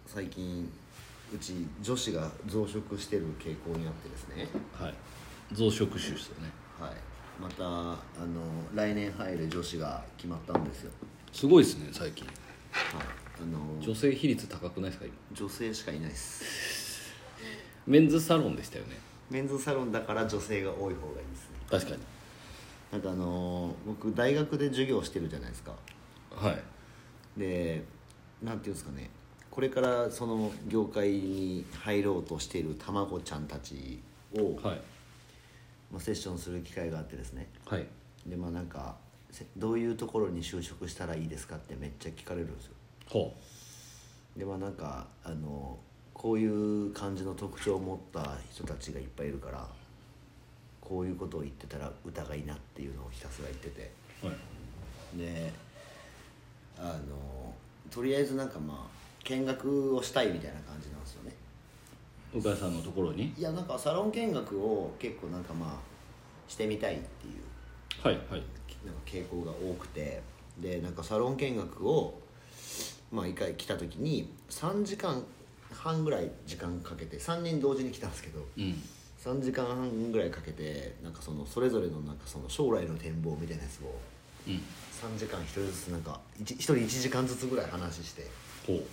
最近うち女子が増殖してる傾向にあってですね、 はい、増殖種ですよね。 はい、また来年入る女子が決まったんですよ。 すごいですね最近。 はい、 女性比率高くないですか今。 女性しかいないです。 メンズサロンでしたよね。 メンズサロンだから女性が多い方がいいですね。 確かに。 なんか僕大学で授業してるじゃないですか。 はい。 で、なんていうんですかね、これからその業界に入ろうとしている卵ちゃんたちを、 はい。 セッションする機会があってですね。 はい。 でなんかどういうところに就職したらいいですかってめっちゃ聞かれるんですよ。 ほでなんかこういう感じの特徴を持った人たちがいっぱいいるから、こういうことを言ってたら疑いなっていうのをひたすら言ってて、 う。はい。 でとりあえずなんか見学をしたいみたいな感じなんですよね。 鵜飼さんのところに。 いやなんかサロン見学を結構なんかしてみたいっていうはいはい。 なんか傾向が多くて、でなんかサロン見学を一回来た時に3時間半ぐらい時間かけて、3人同時に来たんですけど、 うん。 3時間半ぐらいかけてなんかそれぞれのなんかその将来の展望みたいなやつをうん。 3時間1人ずつなんか1人1時間ずつぐらい話して、 ほう。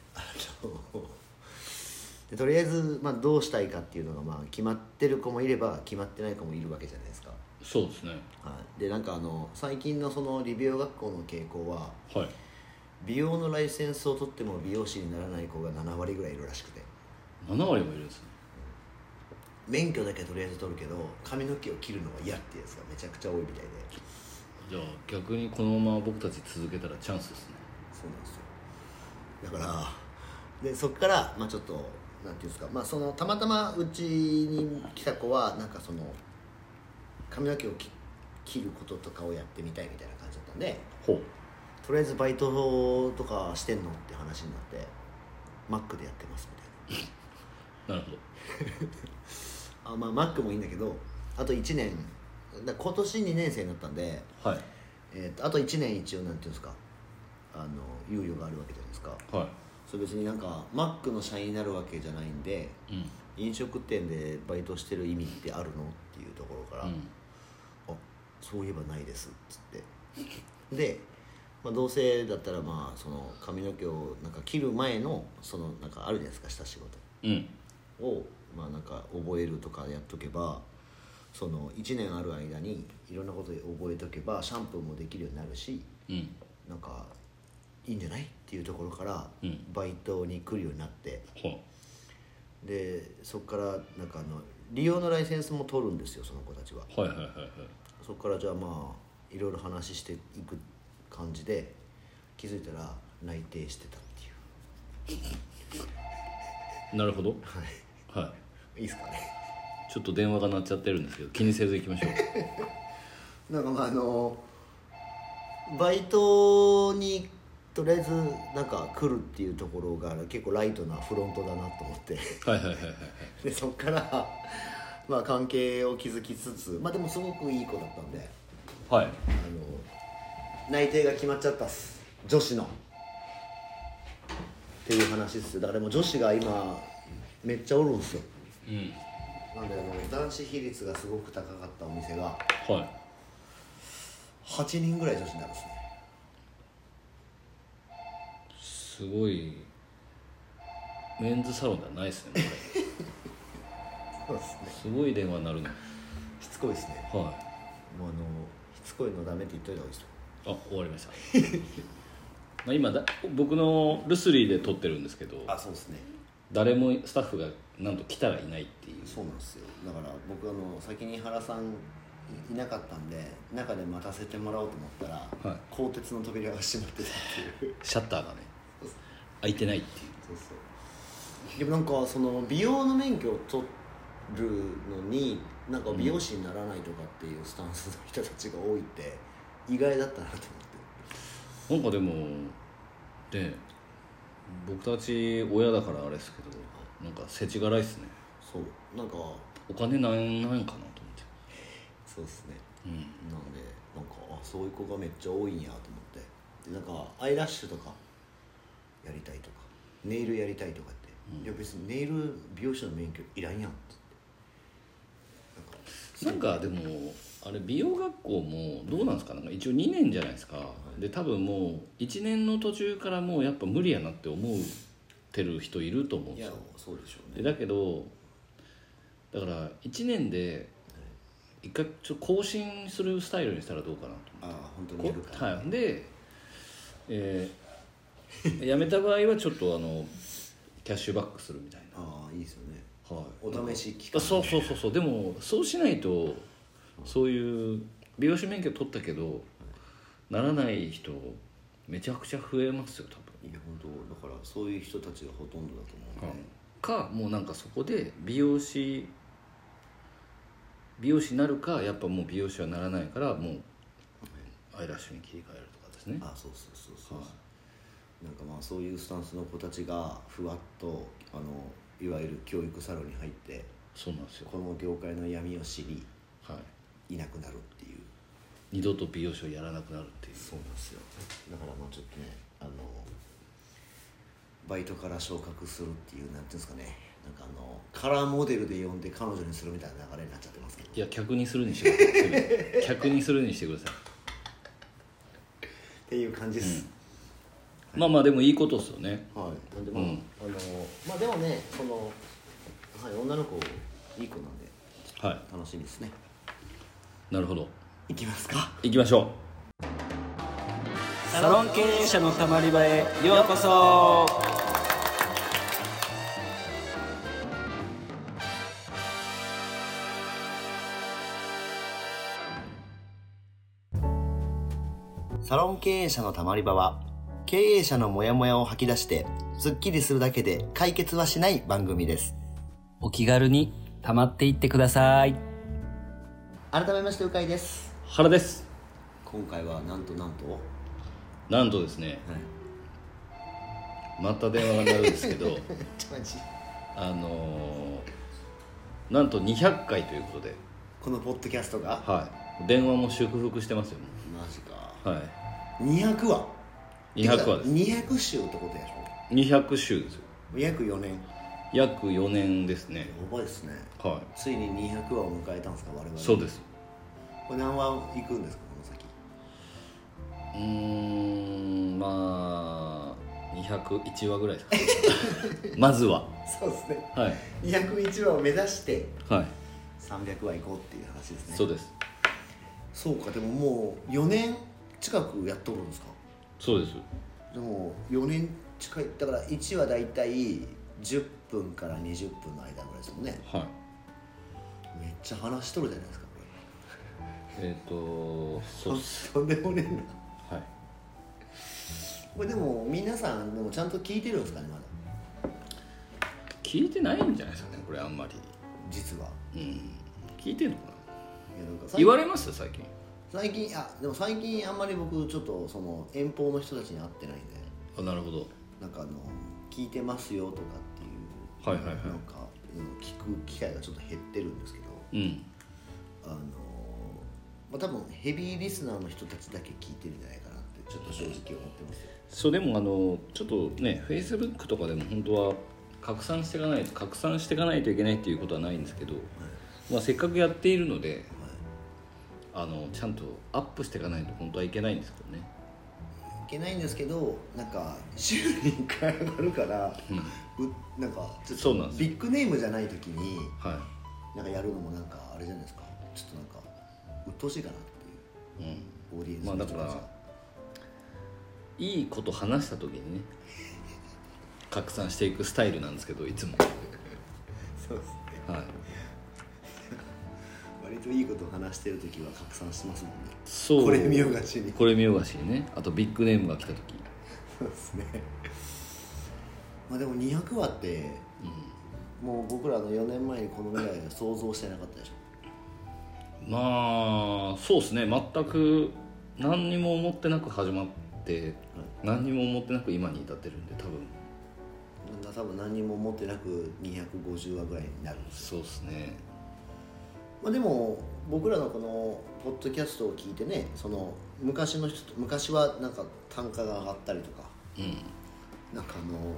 でとりあえずどうしたいかっていうのが決まってる子もいれば決まってない子もいるわけじゃないですか。 そうですね。 はい、でなんか最近のその理美容学校の傾向は、 はい。 美容のライセンスを取っても美容師にならない子が7割ぐらいいるらしくて、 7割もいるんですね。 免許だけとりあえず取るけど髪の毛を切るのは嫌っていうやつがめちゃくちゃ多いみたいで。 じゃあ逆にこのまま僕たち続けたらチャンスですね。 そうなんですよ。だからでそっからちょっとなんていうんですか、そのたまたまうちに来た子はなんかその髪の毛を切ることとかをやってみたいみたいな感じだったんで、 ほう。 とりあえずバイトとかしてんのって話になって、マックでやってますみたいな。 なるほど。 マックもいいんだけど、あと1年今年2年生になったんで、 はい。 あと1年一応なんていうんですか、猶予があるわけじゃないですか。 はそれ別になんかマックの社員になるわけじゃないんで、 い。うん。 飲食店でバイトしてる意味ってあるのっていうところから、 うん。 あそういえばないですっつってで、どうせだったらその髪の毛をなんか切る前のそのなんかあるじゃないですか、下仕事うん。 をなんか覚えるとかやっとけば、その1年ある間にいろんなことで覚えとけばシャンプーもできるようになるし、 うん。 なんかいいんじゃないっていうところからうんバイトに来るようになって、 ほでそこからなんか利用のライセンスも取るんですよ、その子たちは。 う。はいはいはいはい。 そこからじゃあいろいろ話していく感じで、気づいたら内定してたっていう。 なるほど。 はいはい。 いいですかね。 ちょっと電話が鳴っちゃってるんですけど気にせず行きましょう。 なんかバイトにとりあえずなんか来るっていうところが結構ライトなフロントだなと思ってはいはいはいはいはい。 でそっから関係を築きつつ、でもすごくいい子だったんで、 はい。 内定が決まっちゃったっす、女子のっていう話ですよ。だからもう女子が今めっちゃおるんですよ。 うん。 なんで男子比率がすごく高かったお店がはい。 8人ぐらい女子になるんですね。 すごいメンズサロンではないですねそうですね。 すごい電話になるの。 しつこいですね。 はもうしつこいのダメって言っといた方がいいですよ。 い。あ、終わりました今僕のルスリーで撮ってるんですけど、 そうですね。 誰もスタッフがなんと来たらいないっていう。 そうなんですよ。だから僕先に原さんいなかったんで中で待たせてもらおうと思ったら、 はい、 鋼鉄の扉が閉まってたっていうシャッターがね開いてないっていう。 そうそう。でもなんかその美容の免許を取るのになんか美容師にならないとかっていうスタンスの人たちが多いって意外だったなと思って。 なんかでもで僕たち親だからあれですけどなんか世知辛いっすね。 そうなんかお金なんかなと思って。 そうですね、 うん、 なんでなんかそういう子がめっちゃ多いんやと思って、でなんかアイラッシュとかやりたいとか。 ネイルやりたいとかって、いや別にネイル美容師の免許いらんやんってなんかでもあれ美容学校もどうなんですか、なんか一応2年じゃないですか、で多分もう1年の途中からもうやっぱ無理やなって思ってる人いると思うんですよ。 いやそうでしょうね。 でだけどだから1年で一回ちょっと更新するスタイルにしたらどうかなと思って。 ああ本当にやるか、 はい、で、辞めた場合はちょっとキャッシュバックするみたいな。 ああいいですよね、 はい、 お試し期間、 そうでもそうしないとそういう美容師免許取ったけどならない人めちゃくちゃ増えますよ多分。 いや本当だからそういう人たちがほとんどだと思うね、 かもうなんかそこで美容師になるか、やっぱもう美容師はならないからもうアイラッシュに切り替えるとかですね。 あそう、なんかまあそういうスタンスの子たちがふわっといわゆる教育サロンに入ってそうなんですよ、 この業界の闇を知り、 はい、 いなくなるっていう。 二度と美容師をやらなくなるっていう。 そうなんですよ。だからまあちょっとねバイトから昇格するっていうなんていうんですかね、なんかカラーモデルで呼んで彼女にするみたいな流れになっちゃってますけど、 いや客にするにしてください客にするにしてくださいっていう感じです、 まあまあでもいいことですよね。 はい。なんでまあ、まあでもねはい、女の子いい子なんで、 は楽しみですね。 い、なるほど、 いきますか。 行きましょサロン経営者のたまり場へようこそ。 サロン経営者のたまり場は、経営者のモヤモヤを吐き出してスッキリするだけで解決はしない番組です。 お気軽にたまっていってください。 改めまして、うかいです。 う。原です。 今回はなんとなんとですね、また電話が鳴るんですけどなんと200回ということで、 このポッドキャストがはい、電話も祝福してますよ。 マジか。 はい、 200話 200話です。 200週ってことやし 200週ですよ。 ょ。約4年。 約4年ですね。 やばいですね。 はついに200話を迎えたんですか、我々。 い、そうです。 これ何話いくんですか、この先。 まあ201話ぐらいですかまずは。 そうですね。 はい、 201話を目指してはい、 300話いこうっていう話ですね。 そうです。 そうか。でももう4年近くやっとるんですか。 そうです。 でも4年近いだから1話だいたい10分から20分の間ぐらいですもんね。 はい、 めっちゃ話しとるじゃないですか、こそうっす。 れ。とんでもねえな。 はい、 これでも皆さんでもちゃんと聞いてるんですかね、まだ。 聞いてないんじゃないですかね、これあんまり。 実は。 聞いてんのかな。 いやなんか言われます最近。 でも最近あんまり僕ちょっとその遠方の人たちに会ってないんで、 あ、なるほど。 なんか聞いてますよとかっていう、 はいはいはい。 なんか聞く機会がちょっと減ってるんですけど、まあ、多分ヘビーリスナーの人たちだけ聞いてるんじゃないかなってちょっと正直思ってますよ。 そう、でもちょっとね、Facebook とかでも本当は拡散していかないといけないっていうことはないんですけど、まあ、せっかくやっているので、ちゃんとアップしていかないと本当はいけないんですけどね。 いけないんですけど、なんか週に1回上がるから、なんかちょっとビッグネームじゃない時になんかやるのもなんかあれじゃないですか、ちょっとなんか鬱陶しいかなっていう、オーディエンスの人たちが、 まあだからいいこと話した時にね拡散していくスタイルなんですけど、いつもそうですね、 はい、 割といいことを話してる時は拡散してますもんね。 そう、 これ見よがしにね。あとビッグネームが来た時。 そうですね。まあでも200話って、もう僕らの4年前にこの未来を想像してなかったでしょ。 まあそうですね、全く何にも思ってなく始まって、何にも思ってなく今に至ってるんで、 多分何にも思ってなく250話ぐらいになるんですよ。 そうですね。 まあ、でも僕らのこのポッドキャストを聞いてね、その昔はなんか単価が上がったりとか、なんか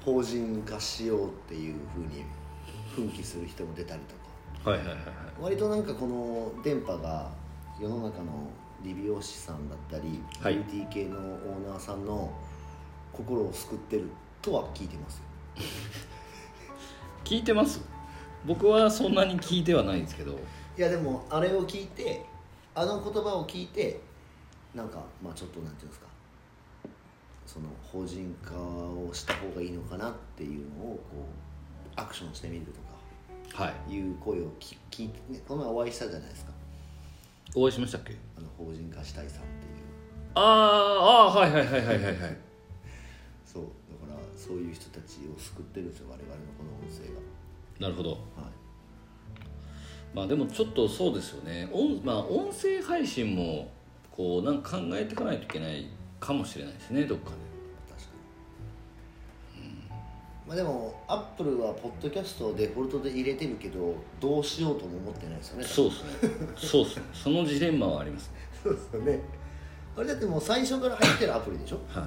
法人化しようっていうふうに奮起する人も出たりとか、 はいはいはいはい、 割となんかこの電波が世の中の理美容師さんだったり、 はい、 ビューティー系のオーナーさんの心を救ってるとは聞いてますよ。 聞いてます？僕はそんなに聞いてはないんですけど、 いやでもあれを聞いて、あの言葉を聞いて、なんかまあちょっとなんていうんですか、その法人化をした方がいいのかなっていうのをこうアクションしてみるとか、はい、いう声を聞いて、ね、この前お会いしたじゃないですか。 お会いしましたっけ？ 法人化したいさんっていう。 はいはいはいはいはいはいそうだからそういう人たちを救ってるんですよ、我々のこの音声が。 なるほど、はい、 まあでもちょっとそうですよね。音声配信もこうなんか考えていかないといけないかもしれないですね、どっかで。 確かに、まあでもアップルはポッドキャストをデフォルトで入れてるけど、どうしようとも思ってないですよね。 そうですねそうですね、そのジレンマはありますね。 そうですよね。あれだってもう最初から入ってるアプリでしょ。 はい、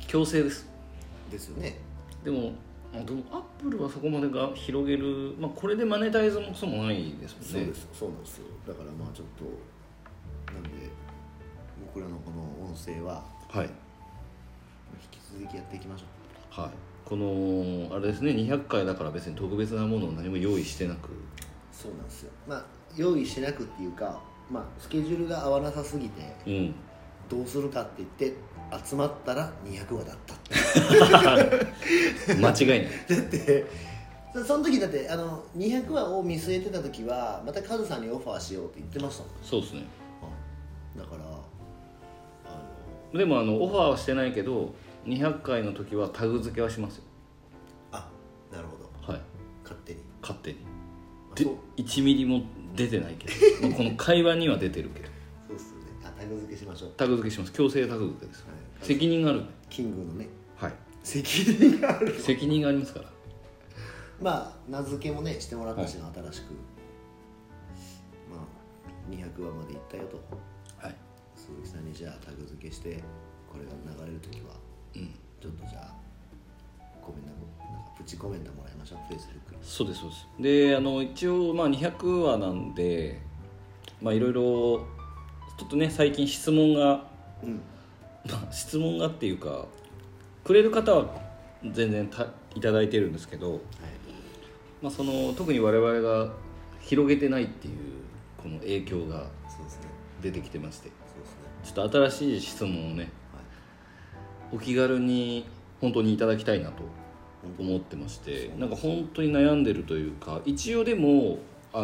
強制ですよね。でもアップルはそこまでが広げる、これでマネタイズもクソもないですもんね。 そうなんですよ。だからまあちょっとなんで僕らのこの音声は、 はい、 引き続きやっていきましょう。はい、このあれですね、200回だから別に特別なものを何も用意してなく。 そうなんですよ。用意してなくっていうか、スケジュールが合わなさすぎて、どうするかって言って集まったら200話だった間違いない。 だってその時だって200話を見据えてた時はまたカズさんにオファーしようって言ってましたもん。 そうですね。 だからでもオファーはしてないけど200回の時はタグ付けはしますよ。 あ、なるほど。はい、勝手にで1ミリも出てないけどこの会話には出てるけど。 そうっすよね。タグ付けしましょう。 タグ付けします。強制タグ付けです、はい、責任がある。 キングのね、 はい、 責任がある。 責任がありますから。 名付けもねしてもらったし、新しく200話までいったよと。はい、鈴木さんにじゃあタグ付けしてこれが流れる時は、ちょっとじゃあコメントなんかプチコメントもらいましょう、 Facebook。 そうですそうです。で一応200話なんでいろいろちょっとね最近質問が、質問がっていうかくれる方は全然いただいてるんですけど、はい、その特に我々が広げてないっていうこの影響が出てきてまして、ちょっと新しい質問をね、お気軽に本当にいただきたいなと思ってまして、なんか本当に悩んでるというか、一応でも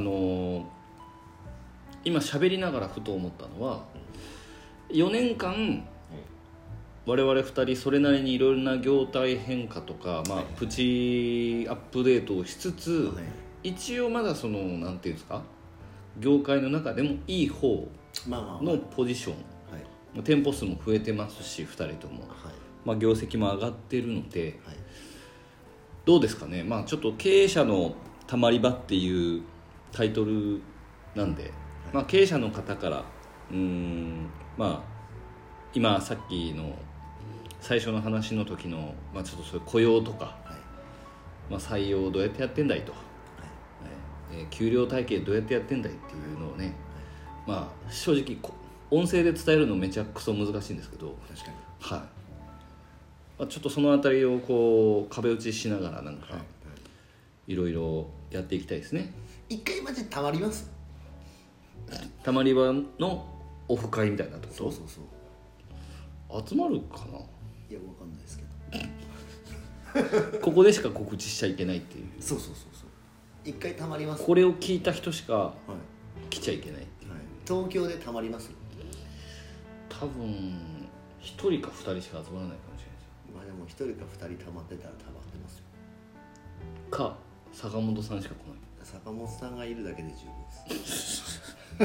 今喋りながらふと思ったのは、4年間我々2人それなりにいろいろな業態変化とか、プチアップデートをしつつ、一応まだそのなんていうんですか、業界の中でもいい方のポジション、店舗数も増えてますし、2人とも、業績も上がってるので、どうですかね。ちょっと経営者のたまり場っていうタイトルなんで、経営者の方から今さっきの最初の話の時の、ちょっとそういう雇用とか、採用どうやってやってんだいと、給料体系どうやってやってんだいっていうのをね、正直音声で伝えるのめちゃくそ難しいんですけど、確かに、はい、ちょっとそのあたりをこう壁打ちしながらなんか、いろいろやっていきたいですね。 一回マジでたまります。 たまり場のオフ会みたいなところ。 そう集まるかな。 いや、わかんないですけどここでしか告知しちゃいけないっていう。 そう一回たまります。 これを聞いた人しか来ちゃいけないっていう、 東京でたまります。 多分1人か2人しか集まらないかもしれないです。 でも1人か2人たまってたらたまってますよ。 か坂本さんしか来ない。 坂本さんがいるだけで十分です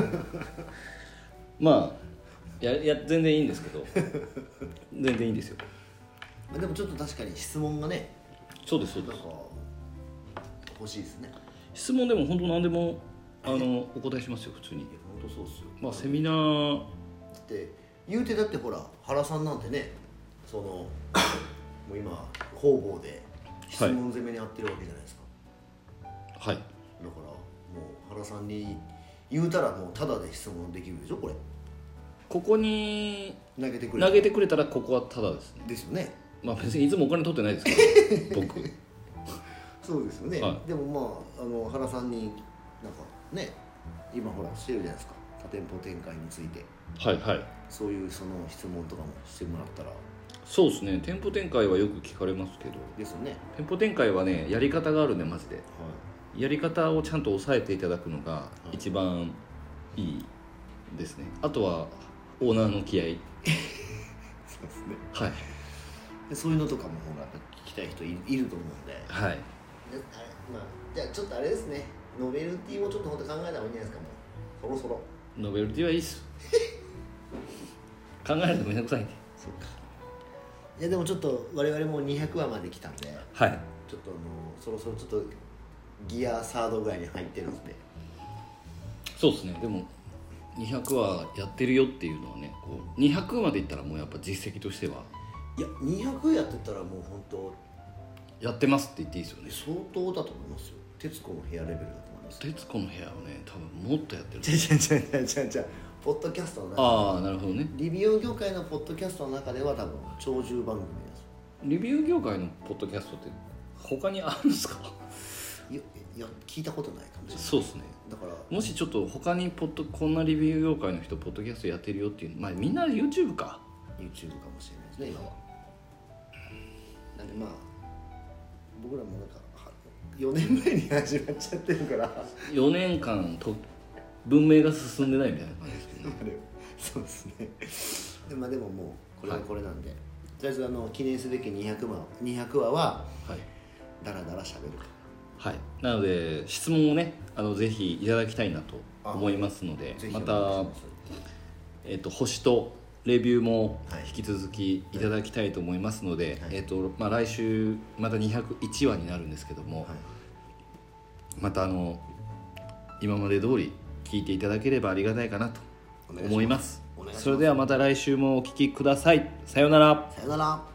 全然いいんですけど全然いいんですよ。 でもちょっと確かに質問がね。 そうですなんか欲しいですね。 質問でも本当何でもお答えしますよ、普通に。 本当そうっすよ。 セミナーって言うて、だってほら原さんなんてね、そのもう今方々で質問攻めにあってるわけじゃないですか。 はい。 だからもう原さんに言うたらもうタダで質問できるでしょこれ。 ここに投げてくれたらここはタダですね。 ですよね。 まあ別にいつもお金取ってないですけど僕。 そうですよね、 はい、 でもまあ原さんになんかね今ほらしてるじゃないですか、多店舗展開について。 はいはい。 そういうその質問とかもしてもらったら。 そうですね、店舗展開はよく聞かれますけど、 ですよね。 店舗展開はねやり方があるんでマジで、 はやり方をちゃんと押さえていただくのが一番いいですね。あとはオーナーの気合い。 そうですね。 はいでそういうのとかもほらやっぱ聞きたい人いると思うんで、 はい。 でまあ、じゃあちょっとあれですね、ノベルティをちょっと本当考えた方がいいんじゃないですか。もうそろそろノベルティはいいっす。考えるとめんどくさいんで。 そうか。いやでもちょっと我々も200話まで来たんで、 はい。 ちょっとそろそろちょっとギアサードぐらいに入ってるんで。 そうですね。でも200話やってるよっていうのはね、こう200までいったらもうやっぱ実績としてはいや200やってたらもう本当やってますって言っていいですよね。 相当だと思いますよ。徹子の部屋レベルだと思います。 徹子の部屋をね多分もっとやってる。 違うポッドキャストの中で、 ああなるほどね。 リビュー業界のポッドキャストの中では多分長寿番組です。 リビュー業界のポッドキャストって他にあるんですか？ いや聞いたことないかもしれない。 そうですね。 だからもしちょっと他にこんなリビュー業界の人ポッドキャストやってるよっていう、まあみんな YouTube か YouTube かもしれないですね今は。なんでまあ僕らもなんか4年前に始まっちゃってるから 4年間と文明が進んでないみたいな感じですけどね。 そうですね。でももうこれはこれなんで、とりあえず記念すべき200話ははいダラダラしゃべると。 はい、なので質問をねぜひいただきたいなと思いますので、また、星とレビューも引き続きいただきたいと思いますので、はい来週また201話になるんですけども、はい、また今まで通り聞いていただければありがたいかなと思います。それではまた来週もお聞きください。さようなら。 さようなら。